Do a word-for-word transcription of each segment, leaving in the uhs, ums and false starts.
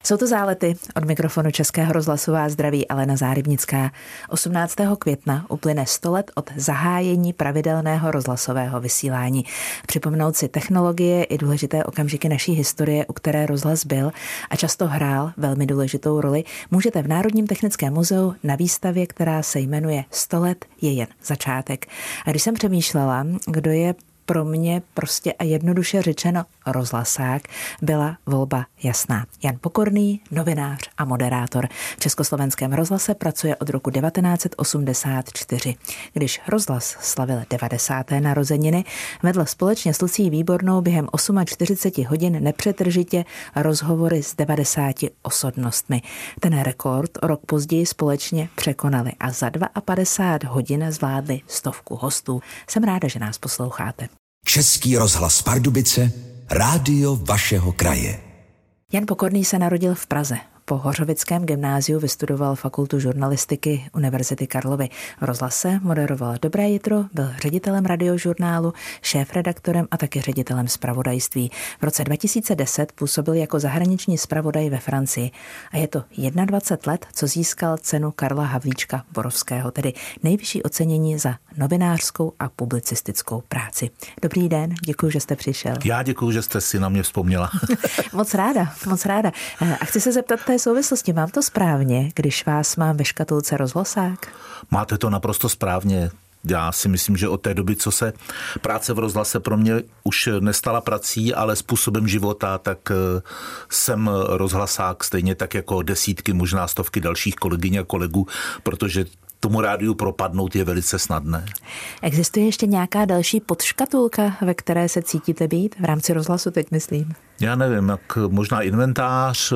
Jsou to Zálety, od mikrofonu Českého rozhlasu vás zdraví Alena Zárybnická. osmnáctého května uplyne sto let od zahájení pravidelného rozhlasového vysílání. Připomenout si technologie i důležité okamžiky naší historie, u které rozhlas byl a často hrál velmi důležitou roli, můžete v Národním technickém muzeu na výstavě, která se jmenuje sto let je jen začátek. A když jsem přemýšlela, kdo je pro mě prostě a jednoduše řečeno rozhlasák, byla volba jasná. Jan Pokorný, novinář a moderátor. V Československém rozhlase pracuje od roku devatenáct set osmdesát čtyři. Když rozhlas slavil devadesáté narozeniny, vedl společně s Lucí Výbornou během čtyřicet osm hodin nepřetržitě rozhovory s devadesáti osobnostmi. Ten rekord o rok později společně překonali a za padesát dva hodin zvládli stovku hostů. Jsem ráda, že nás posloucháte. Český rozhlas Pardubice, rádio vašeho kraje. Jan Pokorný se narodil v Praze. Po Hořovickém gymnáziu vystudoval fakultu žurnalistiky Univerzity Karlovy. V rozhlase moderoval Dobré jitro, byl ředitelem radiožurnálu, šéfredaktorem a taky ředitelem zpravodajství. V roce dva tisíce deset působil jako zahraniční zpravodaj ve Francii. A je to dvacet jedna let, co získal cenu Karla Havlíčka Borovského, tedy nejvyšší ocenění za novinářskou a publicistickou práci. Dobrý den, děkuji, že jste přišel. Já děkuji, že jste si na mě vzpomněla. Moc ráda, moc ráda. A chci se zeptat té souvislosti, mám to správně, když vás mám ve škatulce rozhlasák? Máte to naprosto správně. Já si myslím, že od té doby, co se práce v rozhlase pro mě už nestala prací, ale způsobem života, tak jsem rozhlasák stejně tak jako desítky, možná stovky dalších kolegyň a kolegů, protože tomu rádiu propadnout je velice snadné. Existuje ještě nějaká další podškatulka, ve které se cítíte být? V rámci rozhlasu teď myslím. Já nevím, jak možná inventář,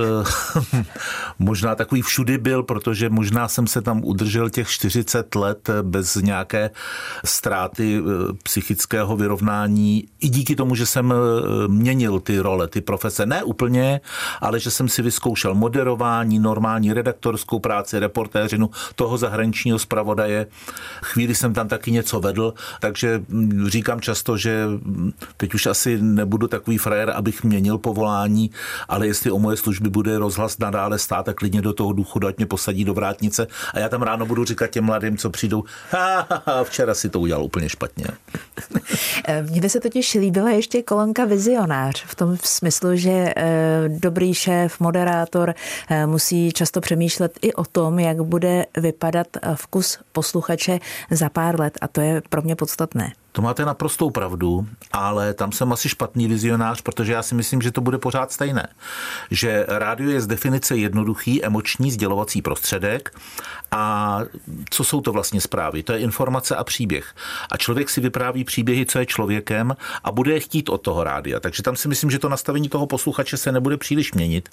možná takový všudy byl, protože možná jsem se tam udržel těch čtyřicet let bez nějaké ztráty psychického vyrovnání. I díky tomu, že jsem měnil ty role, ty profese. Ne úplně, ale že jsem si vyzkoušel moderování, normální redaktorskou práci, reportéřinu, toho zahraničního zpravodaje. Chvíli jsem tam taky něco vedl, takže říkám často, že teď už asi nebudu takový frajer, abych měnil povolání, ale jestli o moje služby bude rozhlas nadále stát, tak klidně do toho důchodu, ať mě posadí do vrátnice a já tam ráno budu říkat těm mladým, co přijdou, ha, ha, ha, včera si to udělal úplně špatně. Mně by se totiž líbila ještě kolonka vizionář v tom smyslu, že dobrý šéf, moderátor musí často přemýšlet i o tom, jak bude vypadat vkus posluchače za pár let a to je pro mě podstatné. To máte naprostou pravdu, ale tam jsem asi špatný vizionář, protože já si myslím, že to bude pořád stejné. Že rádio je z definice jednoduchý, emoční sdělovací prostředek a co jsou to vlastně zprávy? To je informace a příběh. A člověk si vypráví příběhy, co je člověkem a bude je chtít od toho rádia. Takže tam si myslím, že to nastavení toho posluchače se nebude příliš měnit.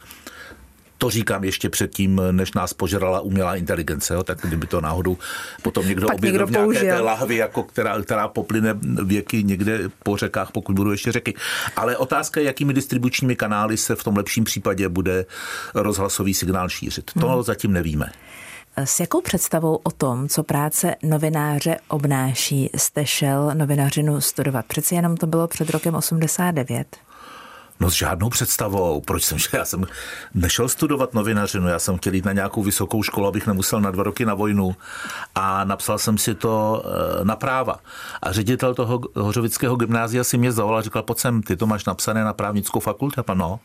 To říkám ještě předtím, než nás požrala umělá inteligence, jo? Tak kdyby to náhodou potom někdo objevil v nějaké té lahvi, jako která, která poplyne věky někde po řekách, pokud budou ještě řeky. Ale otázka je, jakými distribučními kanály se v tom lepším případě bude rozhlasový signál šířit. To hmm. zatím nevíme. S jakou představou o tom, co práce novináře obnáší, jste šel novinařinu studovat? Přeci jenom to bylo před rokem osmdesát devět. No s žádnou představou. Proč jsem šel? Já jsem nešel studovat novinařinu, já jsem chtěl jít na nějakou vysokou školu, abych nemusel na dva roky na vojnu a napsal jsem si to na práva. A ředitel toho Hořovického gymnázia si mě zavolal a říkal, pojď sem, ty to máš napsané na právnickou fakultu? A no,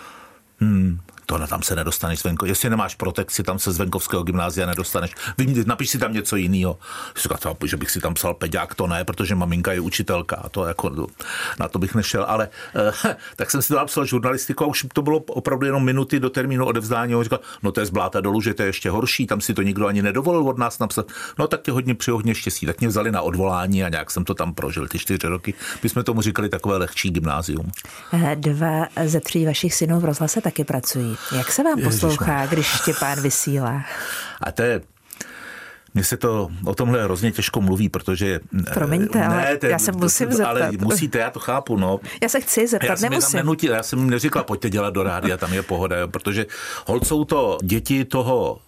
hmm, to tam se nedostaneš z venko. Jestli nemáš protekci, tam se z venkovského gymnázia nedostaneš. Napiš si tam něco jiného. Říkal, že bych si tam psal peďák, to ne, protože maminka je učitelka. A to jako, na to bych nešel. Ale eh, tak jsem si to napsal žurnalistiku a už to bylo opravdu jenom minuty do termínu odevzdání. A říkal, no to je z bláta dolů, že to je ještě horší, tam si to nikdo ani nedovolil od nás napsat. No tak tě hodně přeji hodně štěstí. Tak mě vzali na odvolání a nějak jsem to tam prožil ty čtyři roky. My jsme tomu říkali takové lehčí gymnázium. Dva ze tří vašich synů v rozhlase taky pracují. Jak se vám poslouchá, když Štěpán vysílá? A to je... Mně se to o tomhle hrozně těžko mluví, protože... Promiňte, ne, ale te, já se musím zeptat. Ale musíte, já to chápu, no. Já se chci zeptat, já nemusím. Nenutil, já jsem jim neříkala, pojďte dělat do rádia, tam je pohoda, jo, protože holt jsou to děti toho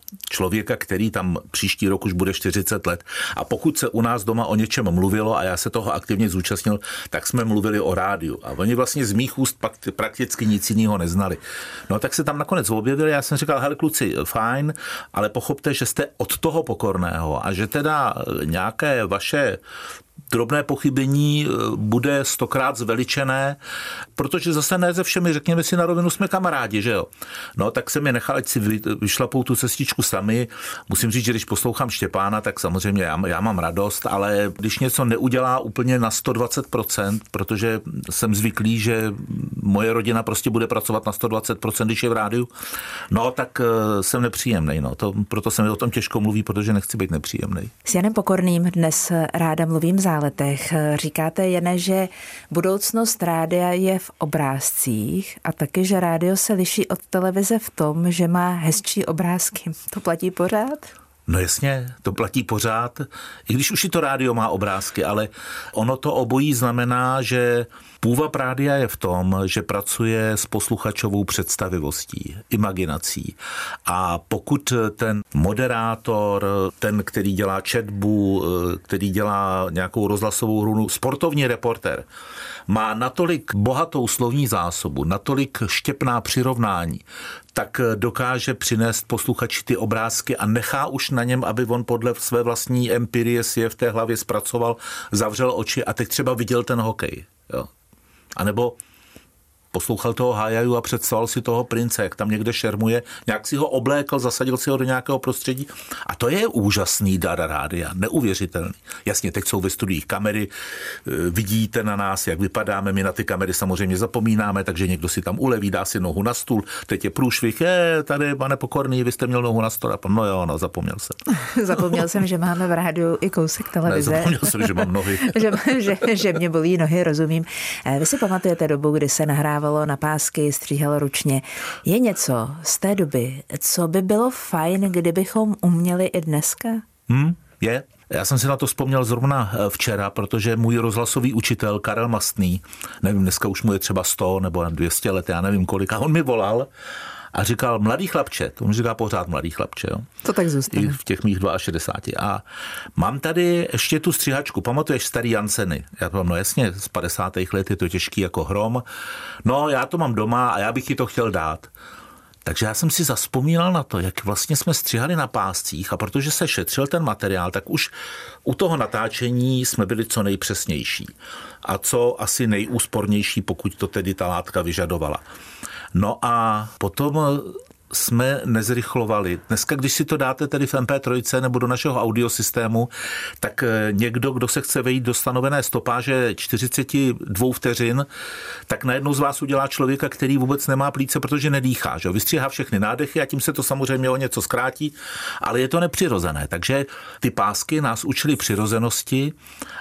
člověka, který tam příští rok už bude čtyřicet let. A pokud se u nás doma o něčem mluvilo a já se toho aktivně zúčastnil, tak jsme mluvili o rádiu. A oni vlastně z mých úst prakticky nic jiného neznali. No tak se tam nakonec objevili, já jsem říkal, hele kluci, fajn, ale pochopte, že jste od toho pokorného a že teda nějaké vaše drobné pochybení bude stokrát zveličené, protože zase ne ze všemi, řekněme si na rovinu, jsme kamarádi, že jo. No tak se mi nechal, ať si vyšlapou tu cestičku sami. Musím říct, že když poslouchám Štěpána, tak samozřejmě já, já mám radost, ale když něco neudělá úplně na sto dvacet procent, protože jsem zvyklý, že moje rodina prostě bude pracovat na sto dvacet procent, když je v rádiu, no tak jsem nepříjemnej, no. To, proto se mi o tom těžko mluví, protože nechci být nepříjemnej. S Janem Pokorným dnes ráda mluvím záletech. Říkáte, Jane, že budoucnost rádia je v obrázcích a taky, že rádio se liší od televize v tom, že má hezčí obrázky. To platí pořád? No jasně, to platí pořád, i když už i to rádio má obrázky, ale ono to obojí znamená, že půvab rádia je v tom, že pracuje s posluchačovou představivostí, imaginací. A pokud ten moderátor, ten, který dělá četbu, který dělá nějakou rozhlasovou hru, sportovní reportér, má natolik bohatou slovní zásobu, natolik štěpná přirovnání, tak dokáže přinést posluchači ty obrázky a nechá už na něm, aby on podle své vlastní empirie si je v té hlavě zpracoval, zavřel oči a teď třeba viděl ten hokej. Jo. A nebo poslouchal toho Hájaju a představil si toho prince, jak tam někde šermuje, nějak si ho oblékl, zasadil si ho do nějakého prostředí. A to je úžasný dar rádia, neuvěřitelný. Jasně, teď jsou ve studiích kamery, vidíte na nás, jak vypadáme, my na ty kamery samozřejmě zapomínáme, takže někdo si tam uleví, dá si nohu na stůl, teď je průšvih, je, tady, pane Pokorný, vy jste měl nohu na stůl. No jo, no, zapomněl jsem. Zapomněl jsem, že máme v rádiu i kousek televize. Ne, zapomněl jsem, že mám nohy. že, že, že mě bolí nohy, rozumím. Vy si pamatujete dobu, kdy se nahrávalo na pásky, stříhalo ručně. Je něco z té doby, co by bylo fajn, kdybychom uměli i dneska? Hmm, je. Já jsem si na to vzpomněl zrovna včera, protože můj rozhlasový učitel Karel Mastný, nevím, dneska už mu je třeba sto nebo dvě stě let, já nevím kolik, a on mi volal a říkal, mladý chlapče, to mu říká pořád mladý chlapče. Jo? To tak zůstane. I v těch mých šedesáti dva. A mám tady ještě tu stříhačku, pamatuješ starý Janseny? Já to mám, no jasně, z padesátých let je to těžký jako hrom. No, já to mám doma a já bych ti to chtěl dát. Takže já jsem si zavzpomínal na to, jak vlastně jsme stříhali na páscích a protože se šetřil ten materiál, tak už u toho natáčení jsme byli co nejpřesnější a co asi nejúspornější, pokud to tedy ta látka vyžadovala. No a potom jsme nezrychlovali. Dneska, když si to dáte tedy v em pé tři nebo do našeho audiosystému, tak někdo, kdo se chce vejít do stanovené stopáže čtyřicet dva vteřin, tak najednou z vás udělá člověka, který vůbec nemá plíce, protože nedýchá. Že? Vystříhá všechny nádechy a tím se to samozřejmě o něco zkrátí, ale je to nepřirozené. Takže ty pásky nás učily přirozenosti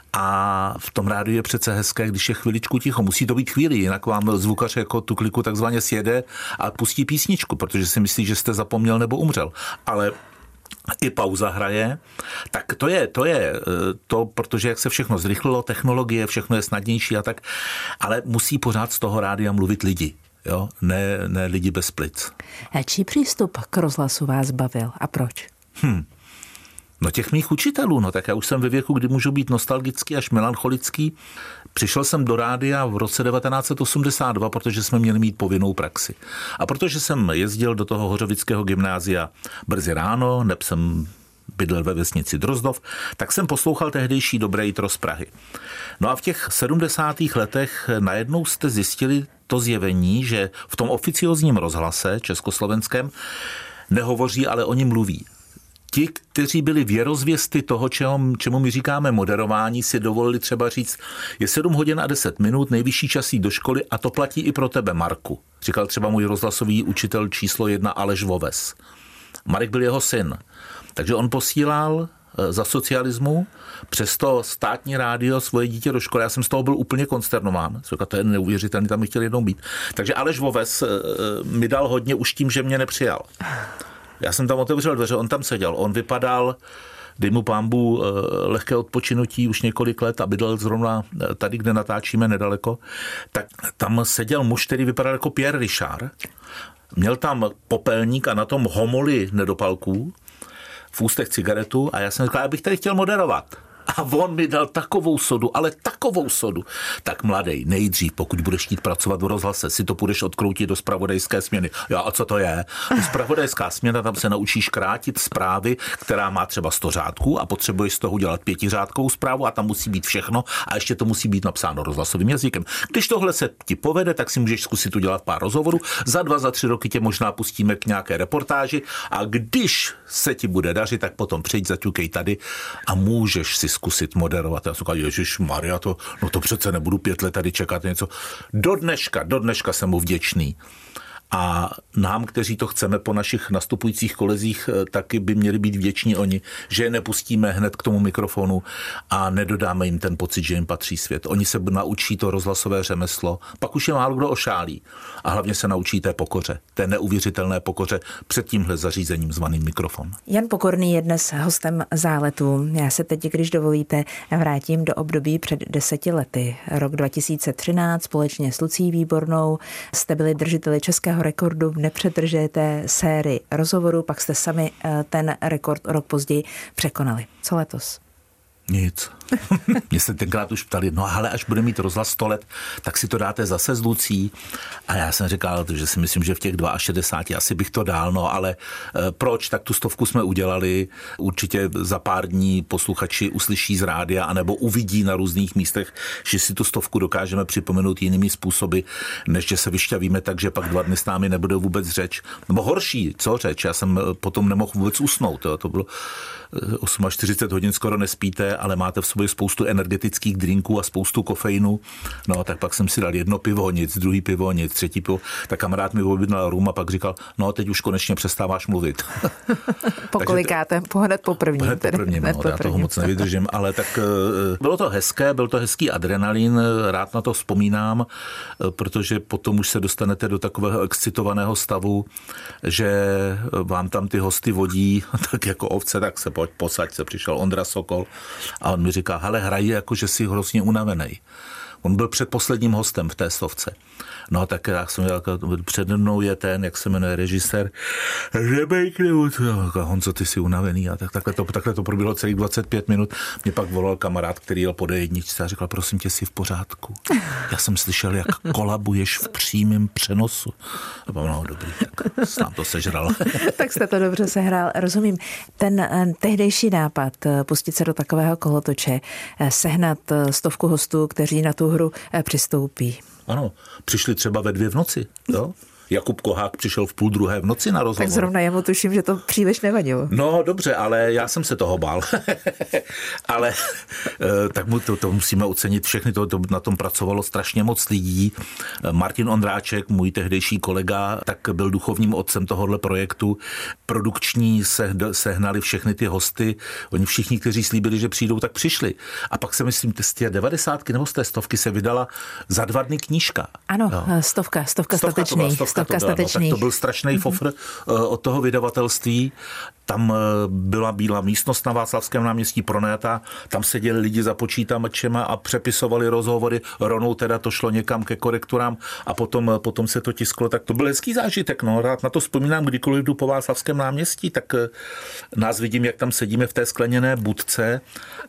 a v tom rádiu je přece hezké, když je chviličku ticho. Musí to být chvíli, jinak vám zvukař jako tu kliku takzvaně sjede a pustí písničku, protože si myslí, že jste zapomněl nebo umřel. Ale i pauza hraje, tak to je, to je to, protože jak se všechno zrychlilo, technologie, všechno je snadnější a tak, ale musí pořád z toho rádia mluvit lidi, jo? Ne, ne lidi bez plic. A čí přístup k rozhlasu vás bavil a proč? Hm. No těch mých učitelů, no tak já už jsem ve věku, kdy můžu být nostalgický až melancholický. Přišel jsem do rádia v roce devatenáct set osmdesát dva, protože jsme měli mít povinnou praxi. A protože jsem jezdil do toho hořovického gymnázia brzy ráno, neb jsem bydlel ve vesnici Drozdov, tak jsem poslouchal tehdejší Dobré jitro z Prahy. No a v těch sedmdesátých letech najednou jste zjistili to zjevení, že v tom oficiozním rozhlase československém nehovoří, ale oni mluví. Ti, kteří byli věrozvěsty toho, čemu, čemu my říkáme moderování, si dovolili třeba říct, je sedm hodin a deset minut, nejvyšší čas jít do školy a to platí i pro tebe, Marku. Říkal třeba můj rozhlasový učitel číslo jedna Aleš Voves. Marek byl jeho syn. Takže on posílal za socialismu přesto státní rádio svoje dítě do školy. Já jsem z toho byl úplně konsternován. To je neuvěřitelný, tam bych chtěl jednou být. Takže Aleš Voves mi dal hodně už tím, že mě nepřijal. Já jsem tam otevřel dveře, on tam seděl. On vypadal, dej mu pánbu, lehké odpočinutí už několik let a bydlel zrovna tady, kde natáčíme nedaleko. Tak tam seděl muž, který vypadal jako Pierre Richard. Měl tam popelník a na tom homoli nedopalků, v ústech cigaretu a já jsem říkal, já bych tady chtěl moderovat. A on mi dal takovou sodu, ale takovou sodu. Tak mladej, nejdřív, pokud budeš chtít pracovat v rozhlase, si to půjdeš odkroutit do zpravodajské směny. Jo, a co to je? Zpravodajská směna, tam se naučíš krátit zprávy, která má třeba sto řádků a potřebuješ z toho udělat pětiřádkovou zprávu a tam musí být všechno a ještě to musí být napsáno rozhlasovým jazykem. Když tohle se ti povede, tak si můžeš zkusit udělat pár rozhovorů. Za dva, za tři roky tě možná pustíme k nějaké reportáži a když se ti bude dařit, tak potom přijď, zaťukej tady a můžeš si zkusit moderovat. Já jsem říkal, ježišmarja, to, no to přece nebudu pět let tady čekat něco. Do dneška, do dneška jsem mu vděčný. A nám, kteří to chceme po našich nastupujících kolezích, taky by měli být vděční oni, že je nepustíme hned k tomu mikrofonu a nedodáme jim ten pocit, že jim patří svět. Oni se naučí to rozhlasové řemeslo, pak už je málo kdo ošálí. A hlavně se naučí té pokoře, té neuvěřitelné pokoře před tímhle zařízením zvaným mikrofon. Jan Pokorný je dnes hostem Záletu. Já se teď, když dovolíte, vrátím do období před deseti lety. Rok dva tisíce třináct společně s Lucí Výbornou jste byli držiteli českého rekordu v nepřetržené sérii rozhovorů, pak jste sami ten rekord rok později překonali. Co letos? Nic. Mě se tenkrát už ptali, no ale až bude mít rozhlas sto let, tak si to dáte zase s Lucí. A já jsem říkal, že si myslím, že v těch šedesáti dva asi bych to dál, no ale e, proč? Tak tu stovku jsme udělali. Určitě za pár dní posluchači uslyší z rádia anebo uvidí na různých místech, že si tu stovku dokážeme připomenout jinými způsoby, než že se vyšťavíme tak, že pak dva dny s námi nebude vůbec řeč. Nebo horší, co řeč? Já jsem potom nemohl vůbec usnout. Jo. To bylo čtyřicet osm hodin, skoro nespíte, ale máte v sobě spoustu energetických drinků a spoustu kofeinu. No, tak pak jsem si dal jedno pivo, nic, druhý pivo, nic, třetí pivo. Tak kamarád mi objednal rum a pak říkal, no, teď už konečně přestáváš mluvit. Pokolikáte, hned po prvním. Hned po prvním, no, já toho moc nevydržím, ale tak bylo to hezké, byl to hezký adrenalin, rád na to vzpomínám, protože potom už se dostanete do takového excitovaného stavu, že vám tam ty hosty vodí, tak jako ovce, tak se pojď posaď, se přišel Ondra Sokol a on mi říká, hele, hrají jako, že jsi hrozně unavenej. On byl předposledním hostem v té stovce. No tak já jsem dělal, přede mnou je ten, jak se jmenuje režisér, Řebejk, Honzo, ty jsi unavený. A tak, takhle, to, takhle to proběhlo celých dvacet pět minut. Mě pak volal kamarád, který jel po dé jedničce a říkal, prosím tě, jsi v pořádku. Já jsem slyšel, jak kolabuješ v přímém přenosu. A bylo, no dobrý, tak sám to sežral. Tak jste to dobře sehrál. Rozumím. Ten tehdejší nápad pustit se do takového kolotoče, sehnat stovku hostů, kteří na tu hru přistoupí. Ano, přišli třeba ve dvě v noci, jo? Jakub Kohák přišel v půl druhé v noci na rozhovor. Tak zrovna jemu tuším, že to příliš nevadilo. No dobře, ale já jsem se toho bál. ale tak mu to, to musíme ocenit všechny, to, to na tom pracovalo strašně moc lidí. Martin Ondráček, můj tehdejší kolega, tak byl duchovním otcem tohohle projektu. Produkční se, sehnali všechny ty hosty. Oni všichni, kteří slíbili, že přijdou, tak přišli. A pak se myslím, z té devadesátky nebo z té stovky se vydala za dva dny knížka. Ano, jo. stovka, stovka, stovka statečný. Stovka to, byla, no, tak to byl strašný fofr mm-hmm. od toho vydavatelství. Tam byla bílá místnost na Václavském náměstí pronajatá, tam seděli lidi za počítačema a přepisovali rozhovory, rovnou teda to šlo někam ke korekturám a potom, potom se to tisklo, tak to byl hezký zážitek, no, rád na to vzpomínám, kdykoliv jdu po Václavském náměstí, tak nás vidím, jak tam sedíme v té skleněné budce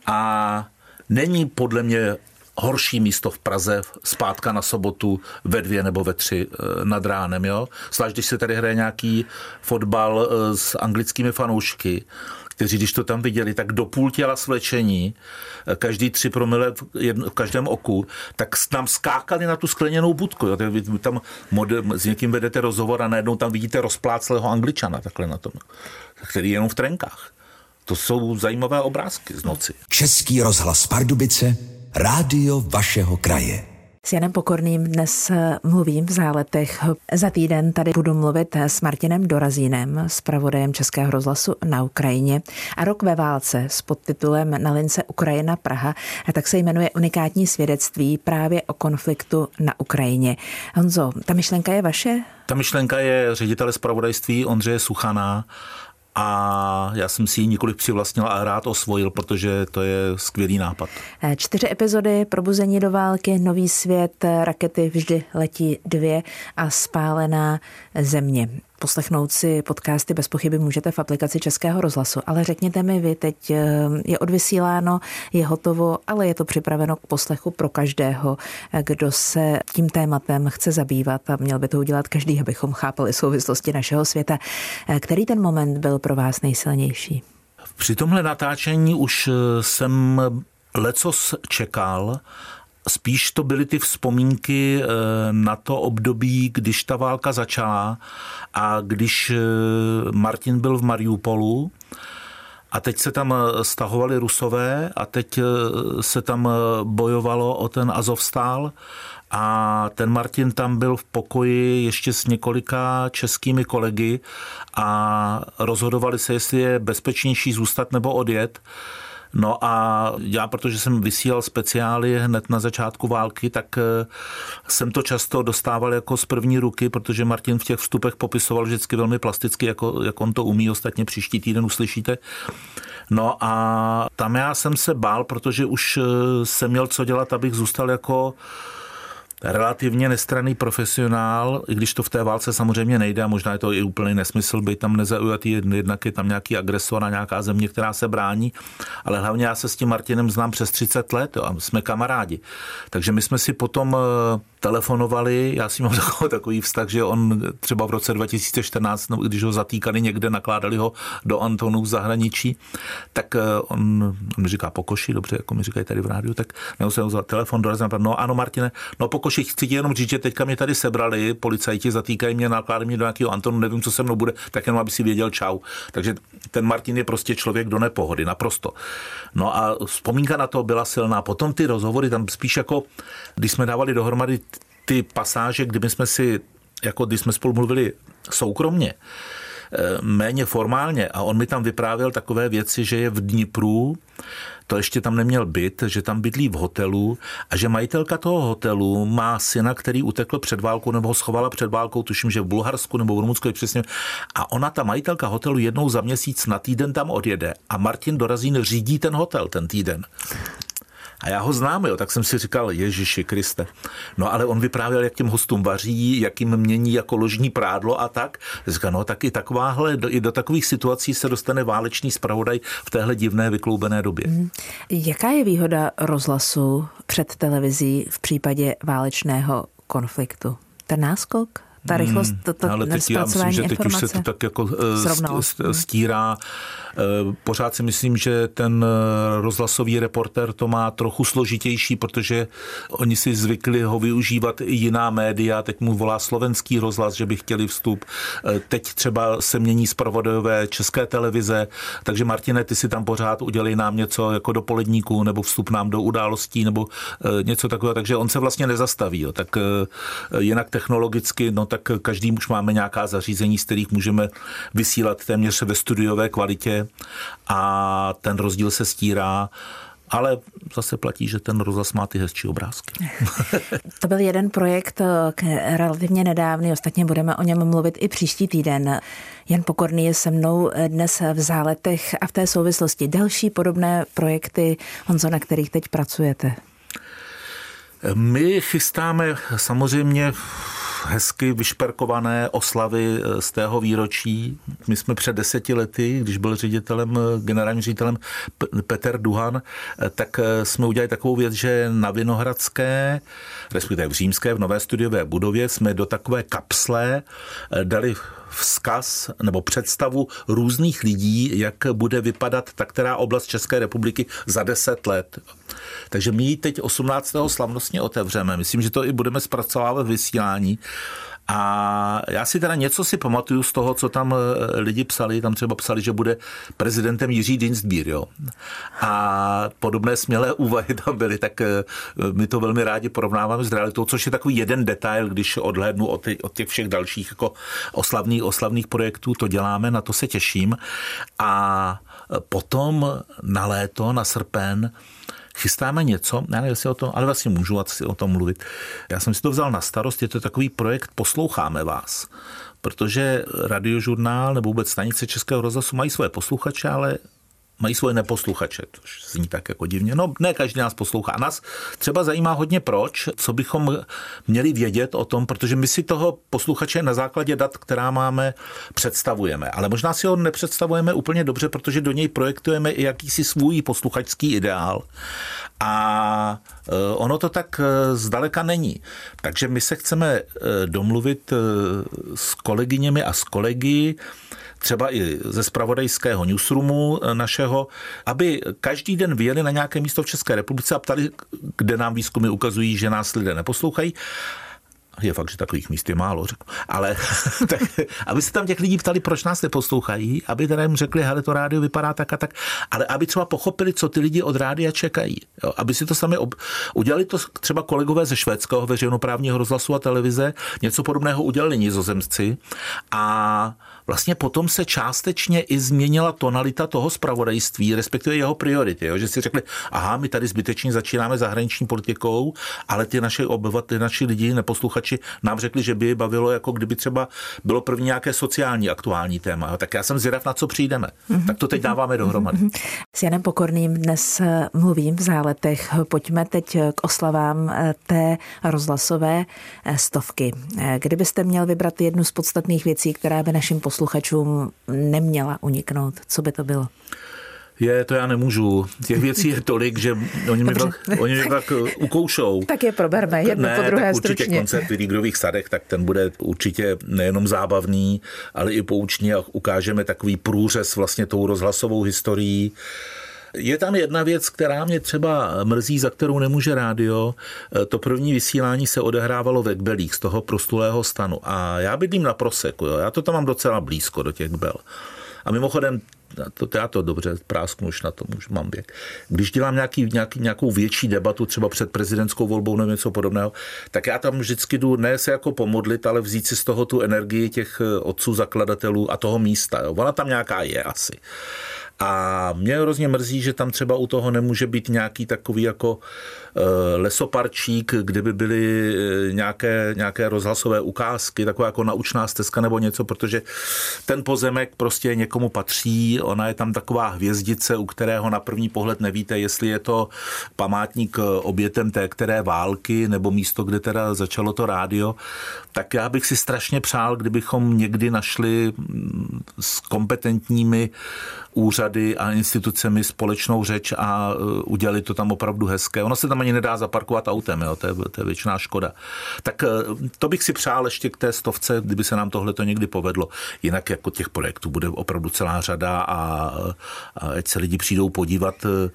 a není podle mě horší místo v Praze zpátka na sobotu ve dvě nebo ve tři nad ránem, jo? Zvlášť, když se tady hraje nějaký fotbal s anglickými fanoušky, kteří, když to tam viděli, tak do půl těla svlečení, každý tři promile v, jedno, v každém oku, tak nám skákali na tu skleněnou budku. Jo? Vy tam mode, s někým vedete rozhovor a najednou tam vidíte rozpláclého Angličana takhle na tom, který je jenom v trenkách. To jsou zajímavé obrázky z noci. Český rozhlas Pardubice, rádio vašeho kraje. S Janem Pokorným dnes mluvím v Záletech. Za týden tady budu mluvit s Martinem Dorazínem, zpravodajem Českého rozhlasu na Ukrajině. A Rok ve válce s podtitulem Na lince Ukrajina Praha, a tak se jmenuje unikátní svědectví právě o konfliktu na Ukrajině. Honzo, ta myšlenka je vaše? Ta myšlenka je ředitele zpravodajství Ondřeje Suchana a já jsem si ji nikoliv přivlastnil a rád osvojil, protože to je skvělý nápad. Čtyři epizody, Probuzení do války, Nový svět, Rakety vždy letí dvě a Spálená země. Poslechnout si podcasty bez pochyby můžete v aplikaci Českého rozhlasu, ale řekněte mi vy, teď je odvysíláno, je hotovo, ale je to připraveno k poslechu pro každého, kdo se tím tématem chce zabývat a měl by to udělat každý, abychom chápali souvislosti našeho světa. Který ten moment byl pro vás nejsilnější? Při tomhle natáčení už jsem lecos čekal. Spíš to byly ty vzpomínky na to období, když ta válka začala a když Martin byl v Mariupolu a teď se tam stahovali Rusové a teď se tam bojovalo o ten Azovstál a ten Martin tam byl v pokoji ještě s několika českými kolegy a rozhodovali se, jestli je bezpečnější zůstat nebo odjet. No a já, protože jsem vysílal speciály hned na začátku války, tak jsem to často dostával jako z první ruky, protože Martin v těch vstupech popisoval vždycky velmi plasticky, jako, jak on to umí, ostatně příští týden uslyšíte. No a tam já jsem se bál, protože už jsem měl co dělat, abych zůstal jako relativně nestranný profesionál, i když to v té válce samozřejmě nejde a možná je to i úplný nesmysl být tam nezaujatý, jednak je tam nějaký agresor a nějaká země, která se brání, ale hlavně já se s tím Martinem znám přes třicet let jo, a jsme kamarádi. Takže my jsme si potom telefonovali, já si mám takový, takový vztah, že on třeba v roce dva tisíce čtrnáct, no, když ho zatýkali někde, nakládali ho do Antonu v zahraničí, tak on, on mi říká Pokoši, dobře, jako mi říkají tady v rádiu, tak nebo jsem vzal telefon, dorazil, no ano Martine, no Pokoši, chci ti jenom říct, že teďka mě tady sebrali, policajti zatýkají mě, nakládají mě do nějakého Antonu, nevím, co se mnou bude, tak jenom aby si věděl čau. Takže ten Martin je prostě člověk do nepohody, naprosto. No a vzpomínka na to byla silná. Potom ty rozhovory, tam spíš jako, když jsme dávali dohromady ty pasáže, kdyby jsme si, jako když jsme spolu mluvili soukromně, méně formálně a on mi tam vyprávěl takové věci, že je v Dnipru, to ještě tam neměl byt, že tam bydlí v hotelu a že majitelka toho hotelu má syna, který utekl před válkou nebo ho schovala před válkou, tuším, že v Bulharsku nebo v Rumunsku, přesně. A ona, ta majitelka hotelu, jednou za měsíc na týden tam odjede a Martin Dorazín řídí ten hotel ten týden. A já ho znám, jo, tak jsem si říkal, Ježiši Kriste. No ale on vyprávěl, jak těm hostům vaří, jak jim mění jako ložní prádlo a tak. Říkal, no tak i takováhle, do, i do takových situací se dostane válečný zpravodaj v téhle divné vykloubené době. Hmm. Jaká je výhoda rozhlasu před televizí v případě válečného konfliktu? Ten náskok? Ta rychlost, to, to ale teď já myslím, že teď informace. už se to tak jako stírá. Pořád si myslím, že ten rozhlasový reportér to má trochu složitější, protože oni si zvykli ho využívat i jiná média. Teď mu volá slovenský rozhlas, že by chtěli vstup. Teď třeba se mění zpravodajové České televize, takže Martine, ty si tam pořád udělej nám něco jako do poledníku, nebo vstup nám do událostí, nebo něco takového. Takže on se vlastně nezastaví. Jo. Tak jinak technologicky, no tak každý už máme nějaká zařízení, z kterých můžeme vysílat téměř ve studiové kvalitě a ten rozdíl se stírá, ale zase platí, že ten rozhlas má ty hezčí obrázky. To byl jeden projekt relativně nedávný, ostatně budeme o něm mluvit i příští týden. Jan Pokorný je se mnou dnes v Záletech a v té souvislosti další podobné projekty, Honzo, na kterých teď pracujete. My chystáme samozřejmě hezky vyšperkované oslavy z tého výročí. My jsme před deseti lety, když byl ředitelem, generálním ředitelem Petr Duhan, tak jsme udělali takovou věc, že na Vinohradské, respektive v Římské, v nové studiové budově, jsme do takové kapsle dali vzkaz nebo představu různých lidí, jak bude vypadat ta která oblast České republiky za deset let. Takže my ji teď osmnáctého slavnostně otevřeme. Myslím, že to i budeme zpracovávat v vysílání. A já si teda něco si pamatuju z toho, co tam lidi psali. Tam třeba psali, že bude prezidentem Jiří Dienstbier, jo. A podobné smělé úvahy tam byly, tak my to velmi rádi porovnáváme s realitou, což je takový jeden detail, když odhlédnu od těch, od těch všech dalších jako oslavných, oslavných projektů, to děláme, na to se těším. A potom na léto, na srpen, chystáme něco, já nevím, jestli o tom, ale vlastně můžu asi o tom mluvit. Já jsem si to vzal na starost, je to takový projekt Posloucháme vás, protože Radiožurnál nebo vůbec stanice Českého rozhlasu mají svoje posluchače, ale mají svoje neposluchače, to zní tak jako divně. No, ne každý nás poslouchá. Nás třeba zajímá hodně proč, co bychom měli vědět o tom, protože my si toho posluchače na základě dat, která máme, představujeme. Ale možná si ho nepředstavujeme úplně dobře, protože do něj projektujeme i jakýsi svůj posluchačský ideál. A ono to tak zdaleka není. Takže my se chceme domluvit s kolegyněmi a s kolegy, třeba i ze zpravodajského newsroomu našeho, aby každý den vyjeli na nějaké místo v České republice a ptali, kde nám výzkumy ukazují, že nás lidé neposlouchají. Je fakt, že takových míst je málo, řeknu. Ale tak, aby se tam těch lidí ptali, proč nás neposlouchají, aby teda jim řekli, hele, to rádio vypadá tak a tak, ale aby třeba pochopili, co ty lidi od rádia čekají. Jo, aby si to sami ob... udělali to třeba kolegové ze švédského veřejnoprávního rozhlasu a televize, něco podobného udělali Nizozemci a vlastně potom se částečně i změnila tonalita toho zpravodajství, respektive jeho priority, jo? Že si řekli, aha, my tady zbytečně začínáme zahraniční politikou, ale ty naše obyvatele, naši lidi, neposluchači, nám řekli, že by je bavilo, jako kdyby třeba bylo první nějaké sociální aktuální téma. Tak já jsem zvědav, na co přijdeme. Mm-hmm. Tak to teď dáváme dohromady. Mm-hmm. S Janem Pokorným dnes mluvím v Záletech. Pojďme teď k oslavám té rozhlasové stovky. Kdybyste měl vybrat jednu z podstatných věcí, která by našim posluchačům neměla uniknout, co by to bylo? Je, to já nemůžu. Těch věcí je tolik, že oni mi tak, oni mi tak ukoušou. Tak je proberme, jedno ne, po druhé tak určitě stručně. Koncert v Rígrových sadech, tak ten bude určitě nejenom zábavný, ale i poučný a ukážeme takový průřez vlastně tou rozhlasovou historií. Je tam jedna věc, která mě třeba mrzí, za kterou nemůže rádio. To první vysílání se odehrávalo ve Kbelích z toho prostulého stanu. A já bydlím na Proseku, jo. Já to tam mám docela blízko do těch Kbel. A mimochodem, to, já to dobře prásknu, už na tom už mám věk. Když dělám nějaký, nějaký, nějakou větší debatu, třeba před prezidentskou volbou nebo něco podobného, tak já tam vždycky jdu ne se jako pomodlit, ale vzít si z toho tu energii těch otců zakladatelů a toho místa. Jo. Ona tam nějaká je asi. A mě hrozně mrzí, že tam třeba u toho nemůže být nějaký takový jako lesoparčík, kde by byly nějaké, nějaké rozhlasové ukázky, taková jako naučná stezka nebo něco, protože ten pozemek prostě někomu patří, ona je tam taková hvězdice, u kterého na první pohled nevíte, jestli je to památník obětem té které války, nebo místo, kde teda začalo to rádio. Tak já bych si strašně přál, kdybychom někdy našli s kompetentními úřady a institucemi společnou řeč a udělali to tam opravdu hezké. Ono se tam ani nedá zaparkovat autem, jo? To, je, to je věčná škoda. Tak to bych si přál ještě k té stovce, kdyby se nám tohle to někdy povedlo. Jinak jako těch projektů bude opravdu celá řada a, a ať se lidi přijdou podívat,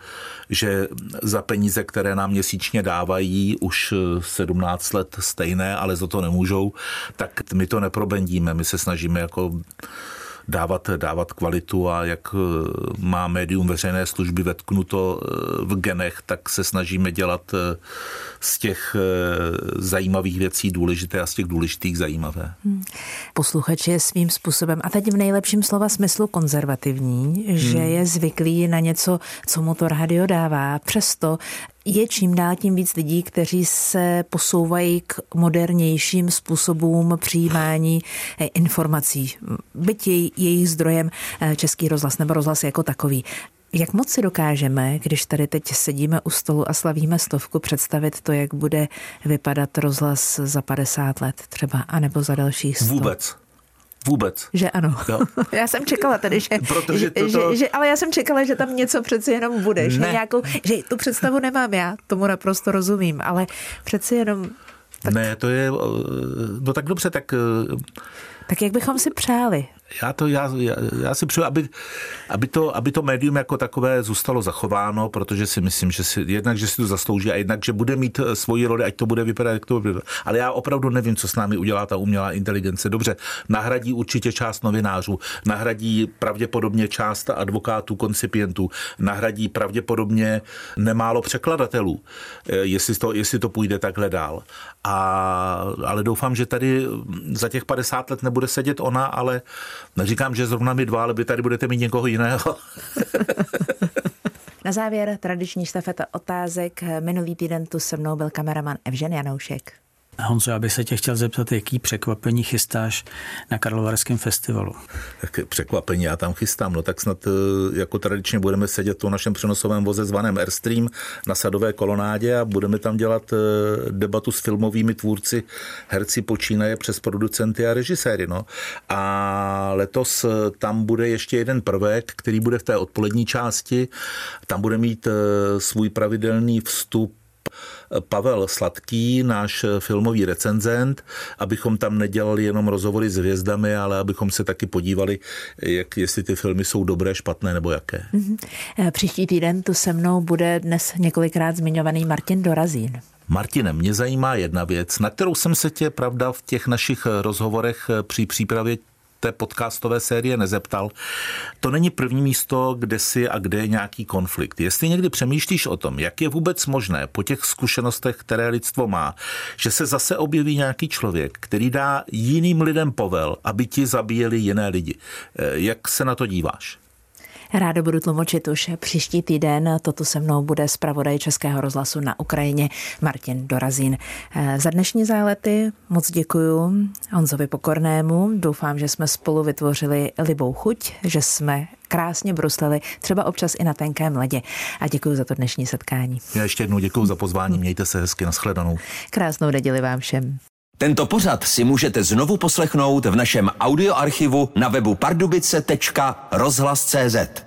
že za peníze, které nám měsíčně dávají už sedmnáct let stejné, ale za to nemůžou, tak my to neprobendíme. My se snažíme jako dávat, dávat kvalitu a jak má médium veřejné služby vetknuto v genech, tak se snažíme dělat z těch zajímavých věcí důležité a z těch důležitých zajímavé. Hmm. Posluchač je svým způsobem, a teď v nejlepším slova smyslu konzervativní, hmm. že je zvyklý na něco, co mu to rádio dává. Přesto je čím dál tím víc lidí, kteří se posouvají k modernějším způsobům přijímání informací. Byť je jejich zdrojem Český rozhlas nebo rozhlas jako takový. Jak moc si dokážeme, když tady teď sedíme u stolu a slavíme stovku, představit to, jak bude vypadat rozhlas za padesát let třeba, anebo za dalších sto? Vůbec. Vůbec. Že ano. Jo. Já jsem čekala tady, že, že, toto... že, že, ale já jsem čekala, že tam něco přeci jenom bude. Že, nějakou, že tu představu nemám já, tomu naprosto rozumím, ale přeci jenom... Tak... Ne, to je... No tak dobře, tak... Tak jak bychom si přáli? Já, to, já, já, já si přeju, aby, aby, to, aby to médium jako takové zůstalo zachováno, protože si myslím, že si, jednak, že si to zaslouží a jednak, že bude mít svoji roli, ať to bude vypadat, jak to bude. Ale já opravdu nevím, co s námi udělá ta umělá inteligence. Dobře, nahradí určitě část novinářů, nahradí pravděpodobně část advokátů, koncipientů, nahradí pravděpodobně nemálo překladatelů, jestli to, jestli to půjde takhle dál. A, ale doufám, že tady za těch padesát let nebude sedět ona, ale neříkám, že zrovna my dva, ale vy tady budete mít někoho jiného. Na závěr tradiční štafeta otázek. Minulý týden tu se mnou byl kameraman Evžen Janoušek. Honzo, já bych se tě chtěl zeptat, jaký překvapení chystáš na Karlovarském festivalu? Jaké překvapení já tam chystám? No tak snad jako tradičně budeme sedět v tom našem přenosovém voze zvaném Airstream na Sadové kolonádě a budeme tam dělat debatu s filmovými tvůrci, herci počínaje přes producenty a režiséry. No. A letos tam bude ještě jeden prvek, který bude v té odpolední části. Tam bude mít svůj pravidelný vstup Pavel Sladký, náš filmový recenzent, abychom tam nedělali jenom rozhovory s hvězdami, ale abychom se taky podívali, jak, jestli ty filmy jsou dobré, špatné nebo jaké. Mm-hmm. Příští týden tu se mnou bude dnes několikrát zmiňovaný Martin Dorazín. Martine, mě zajímá jedna věc, na kterou jsem se tě, pravda, v těch našich rozhovorech při přípravě té podcastové série nezeptal. To není první místo, kde si a kde je nějaký konflikt. Jestli někdy přemýšlíš o tom, jak je vůbec možné po těch zkušenostech, které lidstvo má, že se zase objeví nějaký člověk, který dá jiným lidem povel, aby ti zabíjeli jiné lidi. Jak se na to díváš? Ráda budu tlumočit už příští týden. Toto se mnou bude zpravodaj Českého rozhlasu na Ukrajině Martin Dorazín. Za dnešní zálety moc děkuju Honzovi Pokornému. Doufám, že jsme spolu vytvořili libou chuť, že jsme krásně bruslili, třeba občas i na tenkém ledě. A děkuji za to dnešní setkání. Já ještě jednou děkuji za pozvání. Mějte se hezky, nashledanou. Krásnou neděli vám všem. Tento pořad si můžete znovu poslechnout v našem audioarchivu na webu pardubice tečka rozhlas tečka cé zet.